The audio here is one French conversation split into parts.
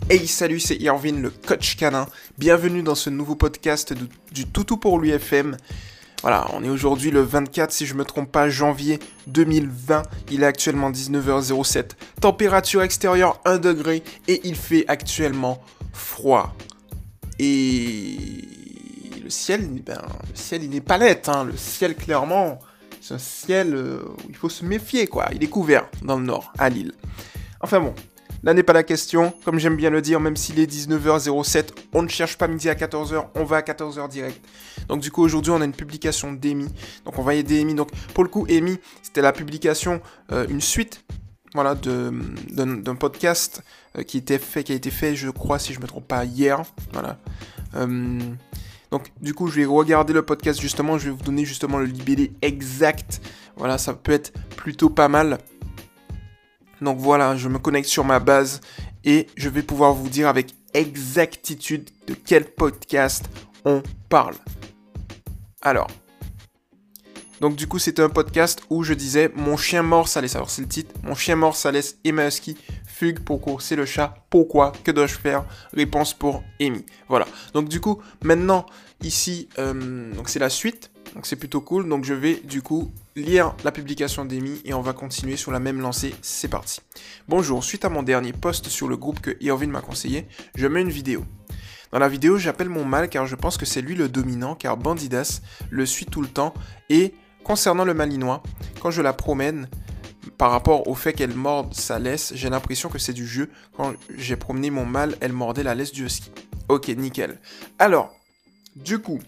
Hey salut, c'est Irvine, le coach canin. Bienvenue dans ce nouveau podcast du Toutou pour l'UFM. Voilà, on est aujourd'hui le 24, si je me trompe pas, janvier 2020. Il est actuellement 19h07. Température extérieure 1 degré et il fait actuellement froid. Et le ciel, il n'est pas net. Le ciel, clairement, c'est un ciel où il faut se méfier, quoi. Il est couvert dans le nord, à Lille. Enfin bon. Là n'est pas la question, comme j'aime bien le dire, même s'il est 19h07, on ne cherche pas midi à 14h, on va à 14h direct. Donc du coup aujourd'hui on a une publication d'Amy, donc on va aider Amy. Donc pour le coup Amy, c'était la publication, une suite, voilà, d'un podcast qui a été fait, je crois, si je ne me trompe pas, hier, voilà. Donc du coup je vais regarder le podcast justement, je vais vous donner justement le libellé exact, voilà, ça peut être plutôt pas mal. Donc voilà, je me connecte sur ma base et je vais pouvoir vous dire avec exactitude de quel podcast on parle. Alors, donc du coup c'était un podcast où je disais mon chien mord sa laisse. Alors c'est le titre, mon chien mord sa laisse et ma husky fugue pour courser le chat. Pourquoi? Que dois-je faire? Réponse pour Amy. Voilà, donc du coup maintenant ici, donc c'est la suite. Donc c'est plutôt cool, donc je vais du coup lire la publication d'Amy et on va continuer sur la même lancée, c'est parti. Bonjour, suite à mon dernier post sur le groupe que Irvine m'a conseillé, je mets une vidéo. Dans la vidéo, j'appelle mon mâle car je pense que c'est lui le dominant car Bandidas le suit tout le temps et concernant le malinois, quand je la promène, par rapport au fait qu'elle morde sa laisse, j'ai l'impression que c'est du jeu. Quand j'ai promené mon mâle, elle mordait la laisse du husky. Ok, nickel. Alors, du coup,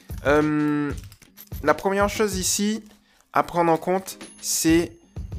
la première chose ici à prendre en compte, c'est...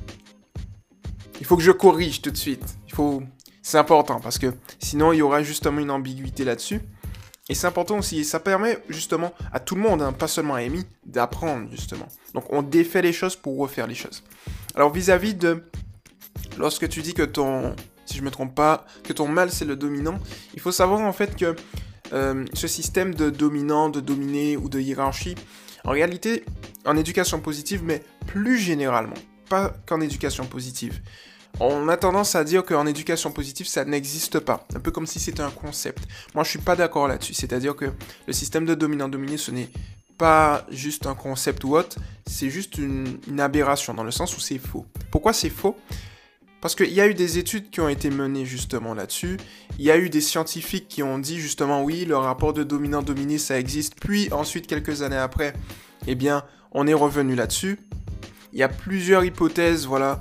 Il faut que je corrige tout de suite. C'est important parce que sinon il y aura justement une ambiguïté là-dessus. Et c'est important aussi, et ça permet justement à tout le monde, pas seulement à Amy, d'apprendre justement. Donc on défait les choses pour refaire les choses. Alors vis-à-vis de... Lorsque tu dis que si je me trompe pas, que ton mâle c'est le dominant, il faut savoir en fait que ce système de dominant, de dominé ou de hiérarchie, en réalité, en éducation positive, mais plus généralement, pas qu'en éducation positive. On a tendance à dire qu'en éducation positive, ça n'existe pas. Un peu comme si c'était un concept. Moi, je suis pas d'accord là-dessus. C'est-à-dire que le système de dominant-dominé, ce n'est pas juste un concept ou autre, c'est juste une aberration, dans le sens où c'est faux. Pourquoi c'est faux ? Parce qu'il y a eu des études qui ont été menées justement là-dessus. Il y a eu des scientifiques qui ont dit justement oui, le rapport de dominant-dominé, ça existe. Puis ensuite, quelques années après, eh bien, on est revenu là-dessus. Il y a plusieurs hypothèses, voilà,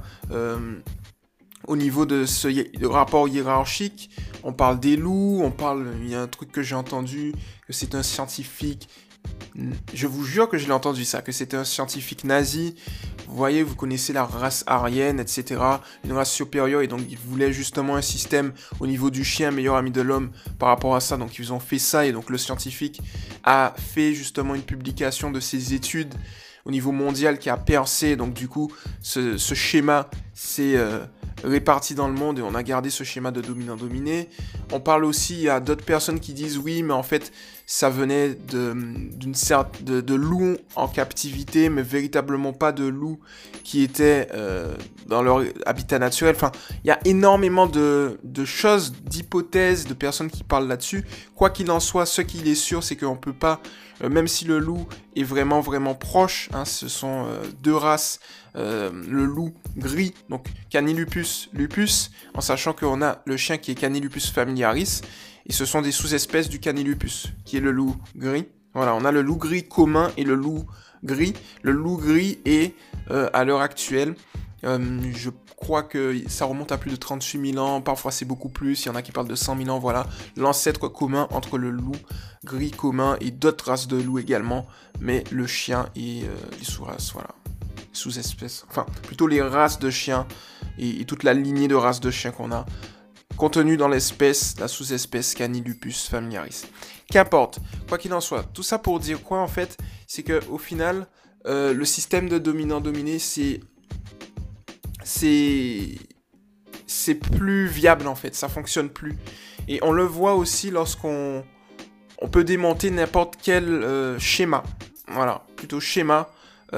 au niveau de ce rapport hiérarchique. On parle des loups, il y a un truc que j'ai entendu, que c'est un scientifique... Je vous jure que je l'ai entendu ça, que c'était un scientifique nazi. Vous voyez, vous connaissez la race aryenne, etc. Une race supérieure, et donc ils voulaient justement un système au niveau du chien, meilleur ami de l'homme par rapport à ça. Donc ils ont fait ça, et donc le scientifique a fait justement une publication de ses études au niveau mondial qui a percé. Donc du coup, ce schéma s'est réparti dans le monde et on a gardé ce schéma de dominant-dominé. On parle aussi à d'autres personnes qui disent oui, mais en fait, ça venait de loups en captivité, mais véritablement pas de loups qui étaient dans leur habitat naturel. Enfin, il y a énormément de choses, d'hypothèses, de personnes qui parlent là-dessus. Quoi qu'il en soit, ce qu'il est sûr, c'est qu'on peut pas, même si le loup est vraiment, vraiment proche, ce sont deux races, le loup gris, donc Canilupus lupus, en sachant qu'on a le chien qui est Canilupus familiaris, et ce sont des sous-espèces du Canilupus, qui est le loup gris. Voilà, on a le loup gris commun et le loup gris. Le loup gris est, à l'heure actuelle, je crois que ça remonte à plus de 38 000 ans, parfois c'est beaucoup plus, il y en a qui parlent de 100 000 ans, voilà, l'ancêtre commun entre le loup gris commun et d'autres races de loups également, mais le chien et les sous-races, voilà, sous-espèces, enfin, plutôt les races de chiens et toute la lignée de races de chiens qu'on a, contenue dans l'espèce, la sous-espèce Canilupus familiaris. Qu'importe, quoi qu'il en soit, tout ça pour dire quoi en fait, c'est que au final, le système de dominant-dominé, c'est plus viable en fait, ça fonctionne plus. Et on le voit aussi lorsqu'on peut démonter n'importe quel schéma, voilà, plutôt schéma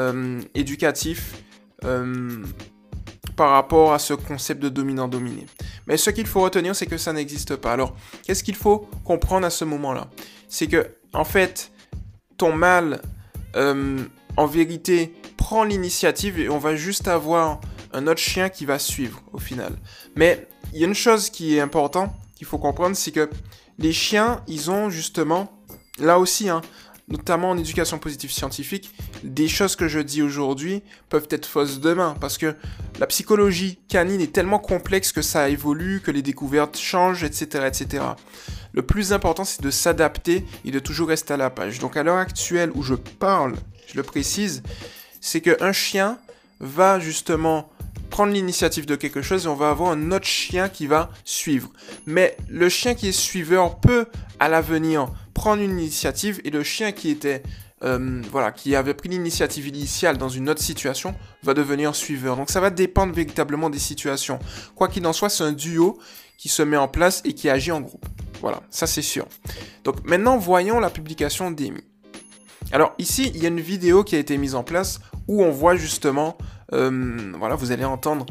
éducatif par rapport à ce concept de dominant-dominé. Mais ce qu'il faut retenir, c'est que ça n'existe pas. Alors, qu'est-ce qu'il faut comprendre à ce moment-là? C'est que, en fait, ton mâle, en vérité, prend l'initiative et on va juste avoir un autre chien qui va suivre au final. Mais il y a une chose qui est importante, qu'il faut comprendre, c'est que les chiens, ils ont justement, là aussi, hein, notamment en éducation positive scientifique, des choses que je dis aujourd'hui peuvent être fausses demain, parce que la psychologie canine est tellement complexe que ça évolue, que les découvertes changent, etc., etc. Le plus important, c'est de s'adapter et de toujours rester à la page. Donc à l'heure actuelle où je parle, je le précise, c'est qu'un chien va justement prendre l'initiative de quelque chose et on va avoir un autre chien qui va suivre. Mais le chien qui est suiveur peut, à l'avenir, prendre une initiative et le chien qui était, qui avait pris l'initiative initiale dans une autre situation va devenir suiveur. Donc ça va dépendre véritablement des situations. Quoi qu'il en soit, c'est un duo qui se met en place et qui agit en groupe. Voilà, ça c'est sûr. Donc maintenant, voyons la publication d'Amy. Alors ici, il y a une vidéo qui a été mise en place où on voit justement, vous allez entendre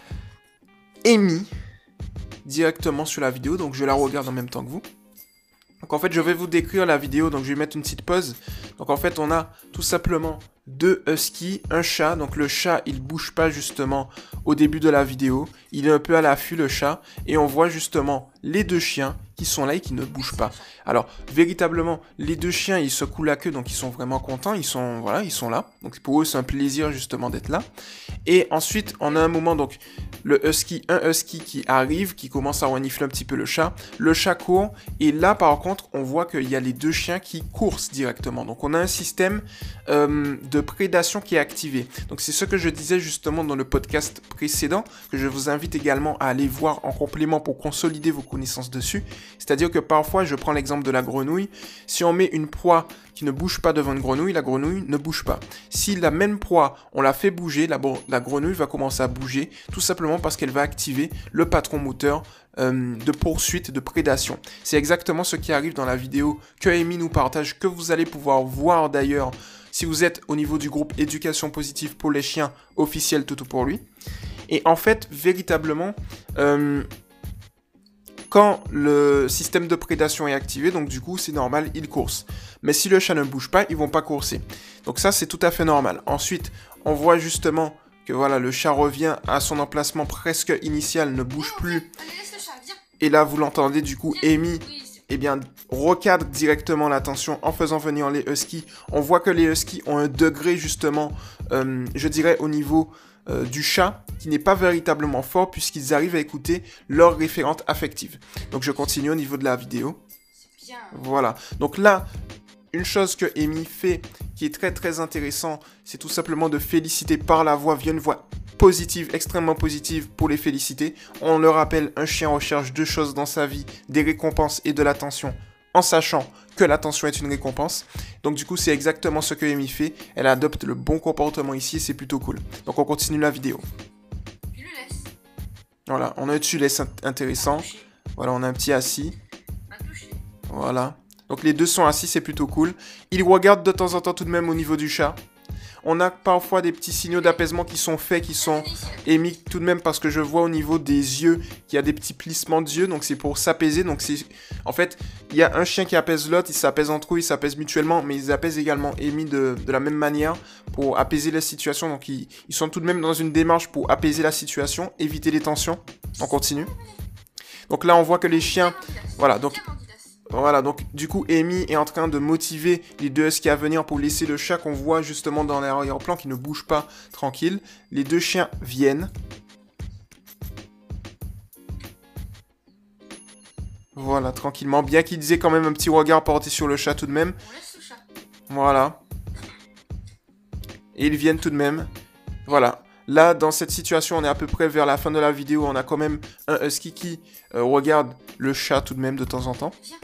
Amy directement sur la vidéo, donc je la regarde en même temps que vous. Donc en fait, je vais vous décrire la vidéo, donc je vais mettre une petite pause. Donc en fait, on a tout simplement 2 huskies, un chat. Donc le chat, il bouge pas justement au début de la vidéo. Il est un peu à l'affût, le chat. Et on voit justement les 2 chiens qui sont là et qui ne bougent pas. Alors, véritablement, les 2 chiens, ils secouent la queue, donc ils sont vraiment contents. Ils sont là. Donc pour eux, c'est un plaisir justement d'être là. Et ensuite, on a un moment, donc, un husky qui arrive, qui commence à renifler un petit peu le chat. Le chat court. Et là, par contre, on voit qu'il y a les 2 chiens qui courent directement. Donc on a un système de prédation qui est activé. Donc c'est ce que je disais justement dans le podcast précédent, que je vous invite également à aller voir en complément pour consolider vos connaissances dessus. C'est-à-dire que parfois, je prends l'exemple de la grenouille, si on met une proie qui ne bouge pas devant une grenouille, la grenouille ne bouge pas. Si la même proie, on la fait bouger, la grenouille va commencer à bouger, tout simplement parce qu'elle va activer le patron moteur de poursuite, de prédation. C'est exactement ce qui arrive dans la vidéo que Amy nous partage, que vous allez pouvoir voir d'ailleurs si vous êtes au niveau du groupe Éducation Positive pour les chiens officiel Toutou pour lui. Et en fait, véritablement, quand le système de prédation est activé, donc du coup, c'est normal, ils coursent. Mais si le chat ne bouge pas, ils vont pas courser. Donc ça, c'est tout à fait normal. Ensuite, on voit justement que voilà, le chat revient à son emplacement presque initial, ne bouge plus. Et là, vous l'entendez, du coup, Amy, recadre directement l'attention en faisant venir les huskies. On voit que les huskies ont un degré, justement, je dirais, au niveau du chat, qui n'est pas véritablement fort, puisqu'ils arrivent à écouter leur référente affective. Donc, je continue au niveau de la vidéo. C'est bien. Voilà. Donc là, une chose que Amy fait, qui est très très intéressant, c'est tout simplement de féliciter par la voix, via une voix positive, extrêmement positive pour les féliciter. On le rappelle, un chien recherche 2 choses dans sa vie, des récompenses et de l'attention, en sachant que l'attention est une récompense. Donc du coup, c'est exactement ce que Amy fait. Elle adopte le bon comportement ici et c'est plutôt cool. Donc on continue la vidéo. Tu le laisses. Voilà, on a un tu-laisses intéressant. Voilà, on a un petit assis. Voilà. Donc les 2 sont assis, c'est plutôt cool. Ils regardent de temps en temps tout de même au niveau du chat. On a parfois des petits signaux d'apaisement qui sont faits, qui sont émis tout de même parce que je vois au niveau des yeux qu'il y a des petits plissements d'yeux, donc c'est pour s'apaiser. Donc c'est, en fait, il y a un chien qui apaise l'autre, ils s'apaisent entre eux, ils s'apaisent mutuellement, mais ils apaisent également Amy de la même manière pour apaiser la situation. Donc ils sont tout de même dans une démarche pour apaiser la situation, éviter les tensions. On continue. Donc là, on voit que les chiens, voilà, donc du coup, Amy est en train de motiver les 2 huskies à venir pour laisser le chat qu'on voit justement dans l'arrière-plan qui ne bouge pas tranquille. Les 2 chiens viennent. Voilà, tranquillement. Bien qu'ils aient quand même un petit regard porté sur le chat tout de même. On laisse le chat. Voilà. Et ils viennent tout de même. Voilà. Là, dans cette situation, on est à peu près vers la fin de la vidéo. On a quand même un husky qui regarde le chat tout de même de temps en temps. Viens.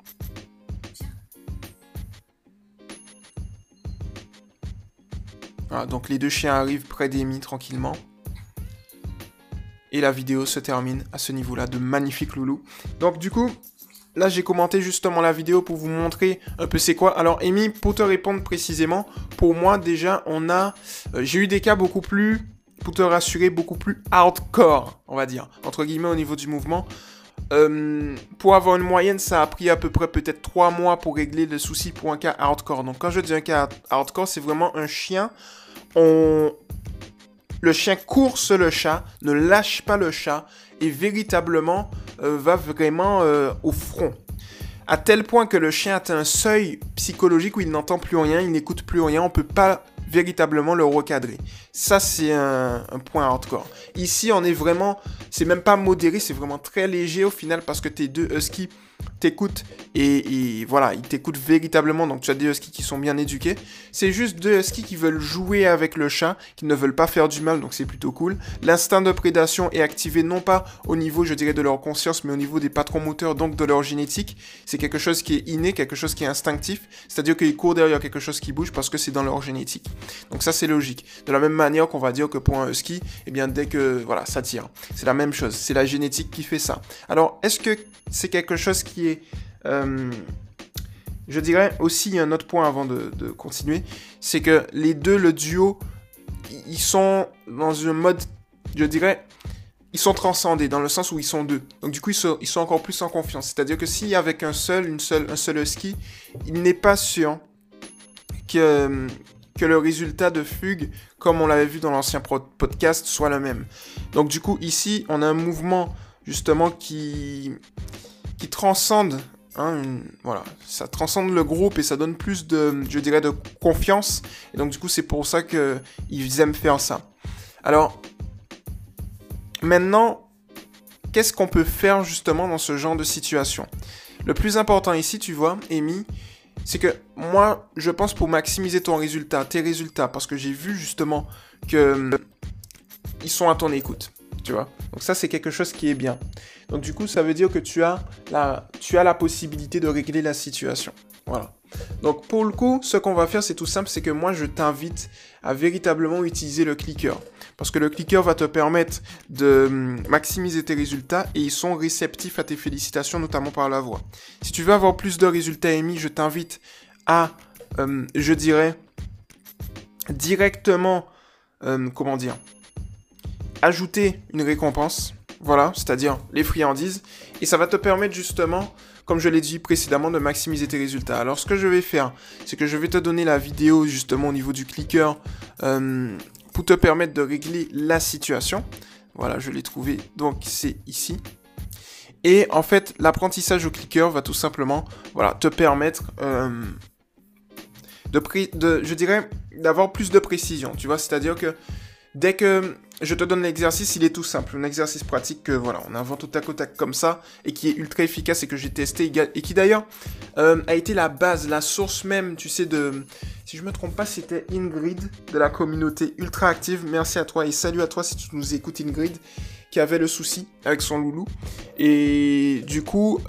Voilà, donc les 2 chiens arrivent près d'Amy tranquillement. Et la vidéo se termine à ce niveau-là de magnifiques loulous. Donc du coup, là j'ai commenté justement la vidéo pour vous montrer un peu c'est quoi. Alors Amy, pour te répondre précisément, pour moi déjà j'ai eu des cas beaucoup plus pour te rassurer, beaucoup plus hardcore, on va dire, entre guillemets, au niveau du mouvement. Pour avoir une moyenne, ça a pris à peu près peut-être 3 mois pour régler le souci pour un cas hardcore. Donc quand je dis un cas hardcore, c'est vraiment un chien. Le chien course le chat, ne lâche pas le chat et véritablement va vraiment au front. À tel point que le chien atteint un seuil psychologique où il n'entend plus rien, il n'écoute plus rien, on ne peut pas véritablement le recadrer. Ça, c'est un point hardcore. Ici, on est vraiment... C'est même pas modéré, c'est vraiment très léger au final parce que tes deux huskies t'écoutent et voilà, ils t'écoutent véritablement. Donc, tu as des huskies qui sont bien éduqués. C'est juste deux huskies qui veulent jouer avec le chat, qui ne veulent pas faire du mal, donc c'est plutôt cool. L'instinct de prédation est activé non pas au niveau, je dirais, de leur conscience, mais au niveau des patrons moteurs, donc de leur génétique. C'est quelque chose qui est inné, quelque chose qui est instinctif. C'est-à-dire qu'ils courent derrière quelque chose qui bouge parce que c'est dans leur génétique. Donc ça, c'est logique. De la même manière qu'on va dire que pour un husky, eh bien, dès que, voilà, ça tire. C'est la même chose. C'est la génétique qui fait ça. Alors, est-ce que c'est quelque chose qui est... je dirais aussi un autre point avant de continuer, c'est que les deux, le duo, ils sont dans un mode, je dirais, ils sont transcendés dans le sens où ils sont deux. Donc du coup, ils sont encore plus en confiance. C'est-à-dire que si avec un seul husky, il n'est pas sûr que le résultat de fugue, comme on l'avait vu dans l'ancien podcast, soit le même. Donc du coup, ici, on a un mouvement justement qui transcende, voilà, ça transcende le groupe et ça donne plus de, je dirais, de confiance. Et donc du coup, c'est pour ça qu'ils aiment faire ça. Alors, maintenant, qu'est-ce qu'on peut faire justement dans ce genre de situation? Le plus important ici, tu vois, Amy, c'est que moi, je pense pour maximiser tes résultats, parce que j'ai vu justement que ils sont à ton écoute, tu vois. Donc ça, c'est quelque chose qui est bien. Donc du coup, ça veut dire que tu as la possibilité de régler la situation. Voilà. Donc pour le coup, ce qu'on va faire, c'est tout simple, c'est que moi, je t'invite à véritablement utiliser le clicker. Parce que le clicker va te permettre de maximiser tes résultats et ils sont réceptifs à tes félicitations, notamment par la voix. Si tu veux avoir plus de résultats émis, je t'invite à, je dirais, directement, ajouter une récompense. Voilà, c'est-à-dire les friandises. Et ça va te permettre justement, comme je l'ai dit précédemment, de maximiser tes résultats. Alors ce que je vais faire, c'est que je vais te donner la vidéo justement au niveau du clicker pour te permettre de régler la situation. Voilà, je l'ai trouvé, donc c'est ici. Et en fait, l'apprentissage au clicker va tout simplement, voilà, te permettre je dirais, d'avoir plus de précision. Tu vois, c'est-à-dire que dès que je te donne l'exercice, il est tout simple. Un exercice pratique que, voilà, on invente au tac au tac comme ça et qui est ultra efficace et que j'ai testé et qui d'ailleurs a été la base, la source même, tu sais, si je me trompe pas, c'était Ingrid de la communauté ultra active. Merci à toi et salut à toi si tu nous écoutes, Ingrid, qui avait le souci avec son loulou. Et du coup,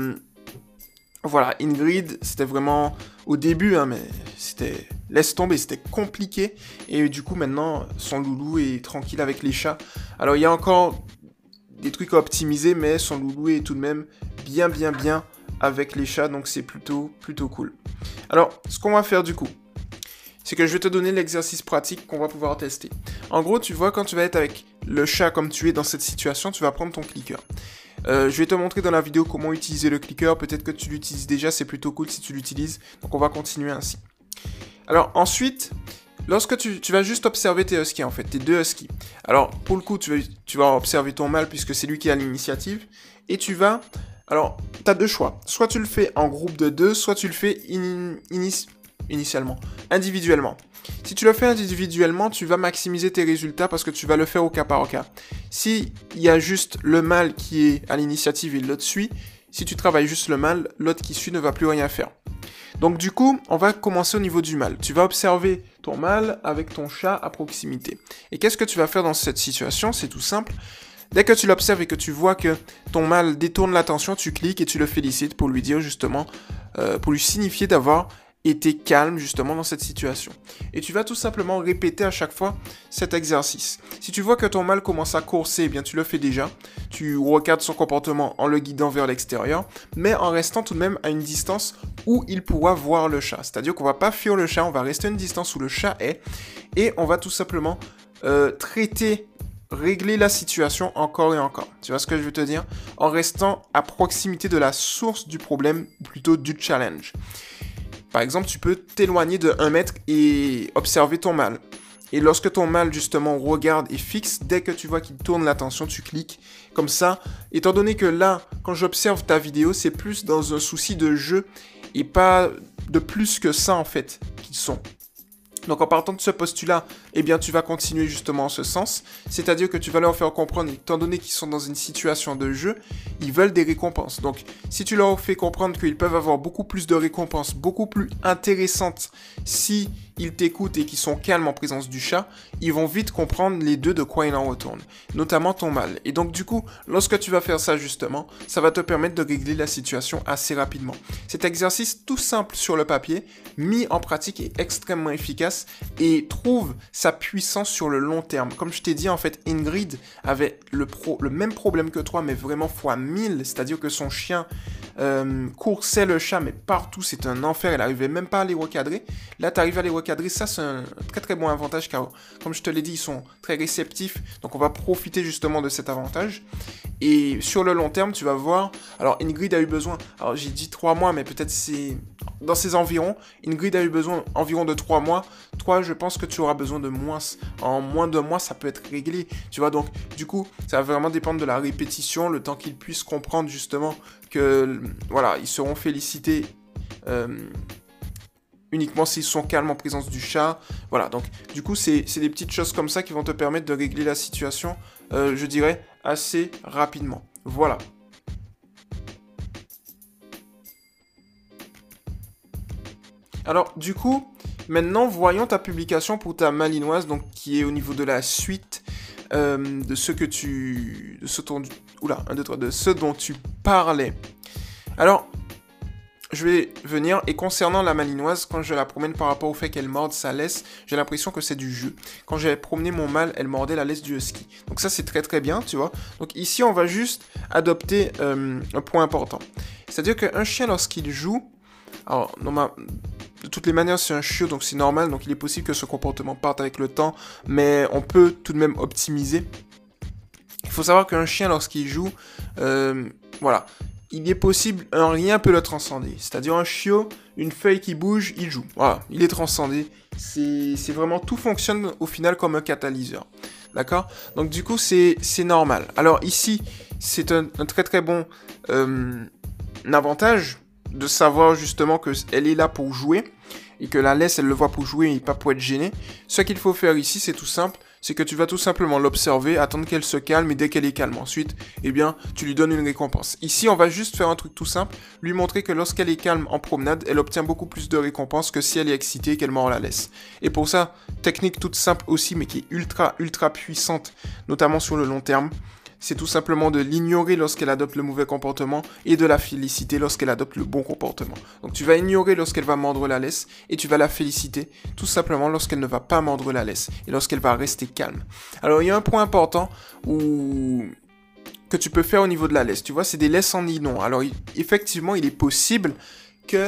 voilà, Ingrid, c'était vraiment au début, mais c'était... Laisse tomber, c'était compliqué. Et du coup, maintenant, son loulou est tranquille avec les chats. Alors, il y a encore des trucs à optimiser, mais son loulou est tout de même bien avec les chats. Donc, c'est plutôt cool. Alors, ce qu'on va faire du coup, c'est que je vais te donner l'exercice pratique qu'on va pouvoir tester. En gros, tu vois, quand tu vas être avec le chat comme tu es dans cette situation, tu vas prendre ton clicker. Je vais te montrer dans la vidéo comment utiliser le clicker. Peut-être que tu l'utilises déjà, c'est plutôt cool si tu l'utilises. Donc, on va continuer ainsi. Alors ensuite, lorsque tu vas juste observer tes huskies en fait, tes deux huskies. Alors pour le coup, tu vas observer ton mâle puisque c'est lui qui a l'initiative. Et tu vas... Alors, tu as deux choix. Soit tu le fais en groupe de deux, soit tu le fais initialement, individuellement. Si tu le fais individuellement, tu vas maximiser tes résultats parce que tu vas le faire au cas par cas. Si il y a juste le mâle qui est à l'initiative et l'autre suit, si tu travailles juste le mâle, l'autre qui suit ne va plus rien faire. Donc du coup, on va commencer au niveau du mâle. Tu vas observer ton mâle avec ton chat à proximité. Et qu'est-ce que tu vas faire dans cette situation? C'est tout simple. Dès que tu l'observes et que tu vois que ton mâle détourne l'attention, tu cliques et tu le félicites pour lui dire justement, pour lui signifier d'avoir été calme justement dans cette situation. Et tu vas tout simplement répéter à chaque fois cet exercice. Si tu vois que ton mâle commence à courser, eh bien tu le fais déjà. Tu regardes son comportement en le guidant vers l'extérieur, mais en restant tout de même à une distance où il pourra voir le chat. C'est-à-dire qu'on va pas fuir le chat, on va rester à une distance où le chat est, et on va tout simplement traiter, régler la situation encore et encore. Tu vois ce que je veux te dire? En restant à proximité de la source du problème, ou plutôt du challenge. Par exemple, tu peux t'éloigner de 1 mètre et observer ton mâle. Et lorsque ton mâle, justement, regarde et fixe, dès que tu vois qu'il tourne l'attention, tu cliques. Comme ça, étant donné que là, quand j'observe ta vidéo, c'est plus dans un souci de jeu et pas de plus que ça, en fait, qu'ils sont. Donc en partant de ce postulat, eh bien tu vas continuer justement en ce sens, c'est-à-dire que tu vas leur faire comprendre, étant donné qu'ils sont dans une situation de jeu, ils veulent des récompenses. Donc si tu leur fais comprendre qu'ils peuvent avoir beaucoup plus de récompenses, beaucoup plus intéressantes si ils t'écoutent et qu'ils sont calmes en présence du chat, ils vont vite comprendre les deux de quoi il en retourne, notamment ton mâle. Et donc du coup, lorsque tu vas faire ça justement, ça va te permettre de régler la situation assez rapidement. Cet exercice tout simple sur le papier, mis en pratique, est extrêmement efficace et trouve sa puissance sur le long terme. Comme je t'ai dit, en fait, Ingrid avait le même problème que toi, mais vraiment fois 1000, c'est-à-dire que son chien coursait le chat, mais partout, c'est un enfer, elle n'arrivait même pas à les recadrer. Là, tu arrives à les recadrer, ça, c'est un très très bon avantage, car comme je te l'ai dit, ils sont très réceptifs, donc on va profiter justement de cet avantage. Et sur le long terme, tu vas voir, alors Ingrid a eu besoin, alors j'ai dit 3 mois, mais peut-être c'est dans ces environs, Ingrid a eu besoin environ de 3 mois, toi je pense que tu auras besoin de moins, en moins de mois ça peut être réglé, tu vois, donc du coup ça va vraiment dépendre de la répétition, le temps qu'ils puissent comprendre justement que, voilà, ils seront félicités uniquement s'ils sont calmes en présence du chat, voilà, donc du coup c'est des petites choses comme ça qui vont te permettre de régler la situation, je dirais, assez rapidement, voilà. Alors, du coup, maintenant, voyons ta publication pour ta malinoise, donc qui est au niveau de la suite de ce que tu... de ce dont tu parlais. Alors, je vais venir, et concernant la malinoise, quand je la promène par rapport au fait qu'elle morde sa laisse, j'ai l'impression que c'est du jeu. Quand j'ai promené mon mâle, elle mordait la laisse du husky. Donc ça, c'est très très bien, tu vois. Donc ici, on va juste adopter un point important. C'est-à-dire qu'un chien, lorsqu'il joue... Alors, de toutes les manières, c'est un chiot, donc c'est normal. Donc, il est possible que ce comportement parte avec le temps. Mais on peut tout de même optimiser. Il faut savoir qu'un chien, lorsqu'il joue, voilà, il est possible, un rien peut le transcender. C'est-à-dire un chiot, une feuille qui bouge, il joue. Voilà, il est transcendé. C'est vraiment, tout fonctionne au final comme un catalyseur. D'accord? Donc, du coup, c'est normal. Alors, ici, c'est un très très bon avantage de savoir justement qu'elle est là pour jouer et que la laisse, elle le voit pour jouer et pas pour être gênée. Ce qu'il faut faire ici, c'est tout simple, c'est que tu vas tout simplement l'observer, attendre qu'elle se calme et dès qu'elle est calme ensuite, eh bien, tu lui donnes une récompense. Ici, on va juste faire un truc tout simple, lui montrer que lorsqu'elle est calme en promenade, elle obtient beaucoup plus de récompenses que si elle est excitée et qu'elle mord la laisse. Et pour ça, technique toute simple aussi, mais qui est ultra puissante, notamment sur le long terme, c'est tout simplement de l'ignorer lorsqu'elle adopte le mauvais comportement et de la féliciter lorsqu'elle adopte le bon comportement. Donc tu vas ignorer lorsqu'elle va mordre la laisse et tu vas la féliciter tout simplement lorsqu'elle ne va pas mordre la laisse et lorsqu'elle va rester calme. Alors il y a un point important que tu peux faire au niveau de la laisse. Tu vois, c'est des laisses en nylon. Alors effectivement, il est possible que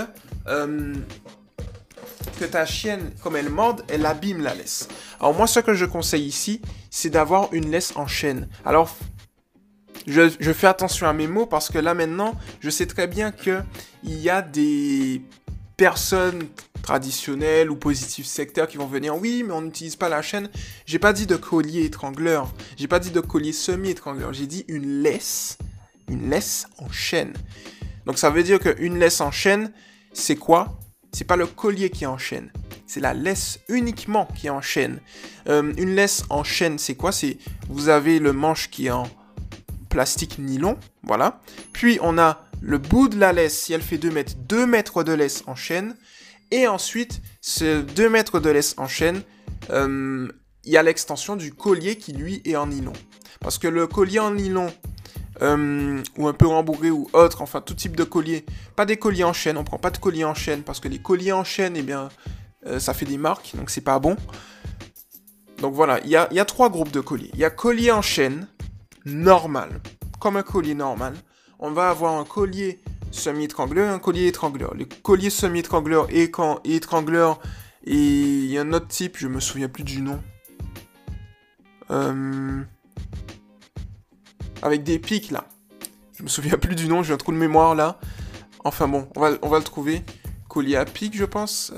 ta chienne, comme elle morde, elle abîme la laisse. Alors moi, ce que je conseille ici, c'est d'avoir une laisse en chaîne. Alors, je fais attention à mes mots parce que là maintenant, je sais très bien qu'il y a des personnes traditionnelles ou positives sectaires qui vont venir, oui, mais on n'utilise pas la chaîne. J'ai pas dit de collier étrangleur, j'ai pas dit de collier semi-étrangleur, j'ai dit une laisse en chaîne. Donc ça veut dire qu'une laisse en chaîne, c'est quoi? C'est pas le collier qui enchaîne, c'est la laisse uniquement qui enchaîne. Une laisse en chaîne, c'est quoi? C'est, vous avez le manche qui est en plastique nylon, voilà. Puis on a le bout de la laisse, si elle fait 2 mètres, 2 mètres de laisse en chaîne. Et ensuite, ce 2 mètres de laisse en chaîne, il y a l'extension du collier qui lui est en nylon. Parce que le collier en nylon, ou un peu rembourré ou autre, enfin tout type de collier, pas des colliers en chaîne, on prend pas de collier en chaîne parce que les colliers en chaîne, eh bien, ça fait des marques, donc c'est pas bon. Donc voilà, il y a 3 groupes de colliers. Il y a collier en chaîne, normal, comme un collier normal. On va avoir un collier semi-étrangleur et un collier étrangleur. Le collier semi-étrangleur et étrangleur, et il y a un autre type, je me souviens plus du nom. avec des pics là. Je me souviens plus du nom, j'ai un trou de mémoire là. Enfin bon, on va le trouver. Collier à pic, je pense.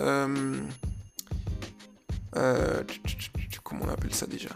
Comment on appelle ça déjà?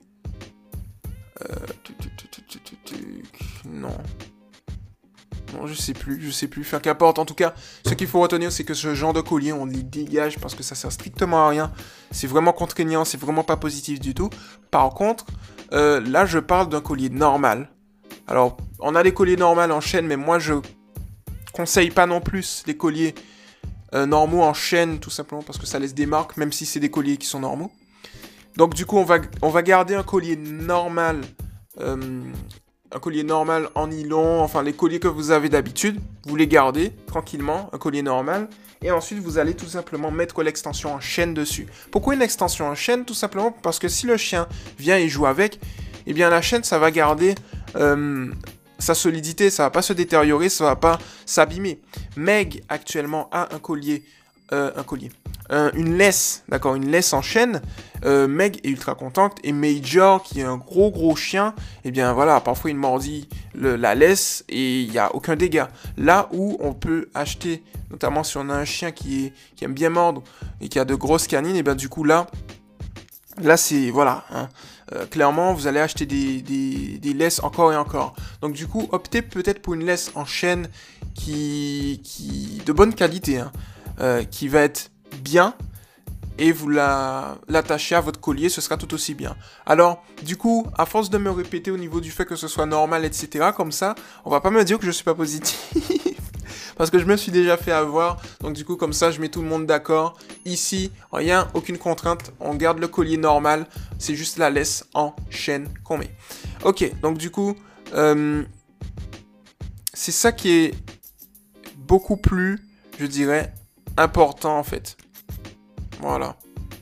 Non. Non, je sais plus. Enfin, qu'importe. En tout cas, ce qu'il faut retenir, c'est que ce genre de collier, on les dégage parce que ça sert strictement à rien. C'est vraiment contraignant, c'est vraiment pas positif du tout. Par contre, là, je parle d'un collier normal. Alors, on a des colliers normaux en chaîne, mais moi, je conseille pas non plus les colliers normaux en chaîne, tout simplement parce que ça laisse des marques, même si c'est des colliers qui sont normaux. Donc, du coup, on va garder un collier normal. Un collier normal en nylon, enfin les colliers que vous avez d'habitude, vous les gardez tranquillement, un collier normal, et ensuite vous allez tout simplement mettre l'extension en chaîne dessus. Pourquoi une extension en chaîne? Tout simplement parce que si le chien vient et joue avec, eh bien la chaîne ça va garder sa solidité, ça va pas se détériorer, ça va pas s'abîmer. Meg actuellement a une laisse, d'accord, une laisse en chaîne. Meg est ultra contente et Major, qui est un gros chien, eh bien voilà, parfois il mordit la laisse et il n'y a aucun dégât. Là où on peut acheter, notamment si on a un chien qui aime bien mordre et qui a de grosses canines, et bien du coup là c'est, voilà, hein, clairement vous allez acheter des laisses encore et encore. Donc du coup, optez peut-être pour une laisse en chaîne qui de bonne qualité, hein, qui va être bien, et vous l'attachez à votre collier, ce sera tout aussi bien. Alors, du coup, à force de me répéter au niveau du fait que ce soit normal, etc., comme ça, on va pas me dire que je suis pas positif, parce que je me suis déjà fait avoir, donc du coup, comme ça, je mets tout le monde d'accord. Ici, rien, aucune contrainte, on garde le collier normal, c'est juste la laisse en chaîne qu'on met. Ok, donc du coup, c'est ça qui est beaucoup plus, je dirais, important en fait. Voilà.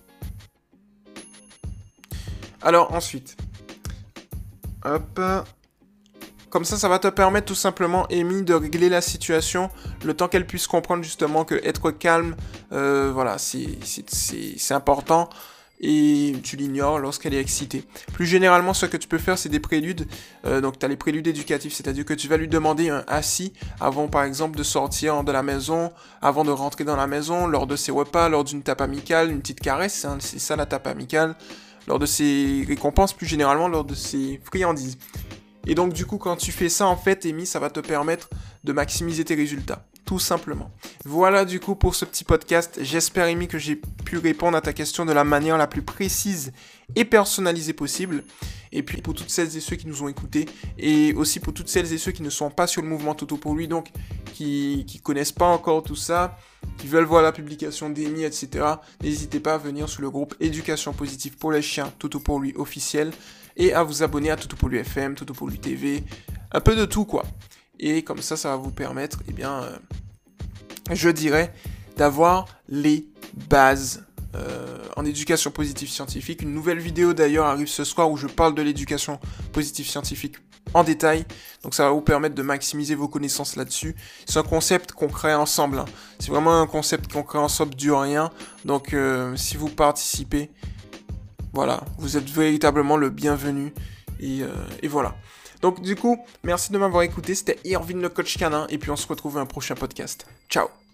Alors ensuite, hop, comme ça va te permettre tout simplement, Amy, de régler la situation le temps qu'elle puisse comprendre justement que être calme, voilà, c'est important. Et tu l'ignores lorsqu'elle est excitée. Plus généralement, ce que tu peux faire, c'est des préludes. Donc, tu as les préludes éducatifs, c'est-à-dire que tu vas lui demander un assis avant, par exemple, de sortir de la maison, avant de rentrer dans la maison, lors de ses repas, lors d'une tape amicale, une petite caresse, hein, c'est ça la tape amicale, lors de ses récompenses, plus généralement, lors de ses friandises. Et donc, du coup, quand tu fais ça, en fait, Amy, ça va te permettre de maximiser tes résultats. Tout simplement. Voilà du coup pour ce petit podcast. J'espère, Amy, que j'ai pu répondre à ta question de la manière la plus précise et personnalisée possible. Et puis pour toutes celles et ceux qui nous ont écoutés, et aussi pour toutes celles et ceux qui ne sont pas sur le mouvement Toto pour lui, donc qui connaissent pas encore tout ça, qui veulent voir la publication d'Amy, etc. N'hésitez pas à venir sur le groupe Éducation Positive pour les chiens Toto pour lui officiel, et à vous abonner à Toto pour lui FM, Toto pour lui TV, un peu de tout quoi. Et comme ça va vous permettre, eh bien, je dirais, d'avoir les bases en éducation positive scientifique. Une nouvelle vidéo d'ailleurs arrive ce soir où je parle de l'éducation positive scientifique en détail. Donc ça va vous permettre de maximiser vos connaissances là-dessus. C'est un concept qu'on crée ensemble, hein. C'est vraiment un concept qu'on crée ensemble du rien. Donc si vous participez, voilà, vous êtes véritablement le bienvenu. Et voilà. Donc du coup, merci de m'avoir écouté, c'était Irvine le coach canin, et puis on se retrouve à un prochain podcast. Ciao!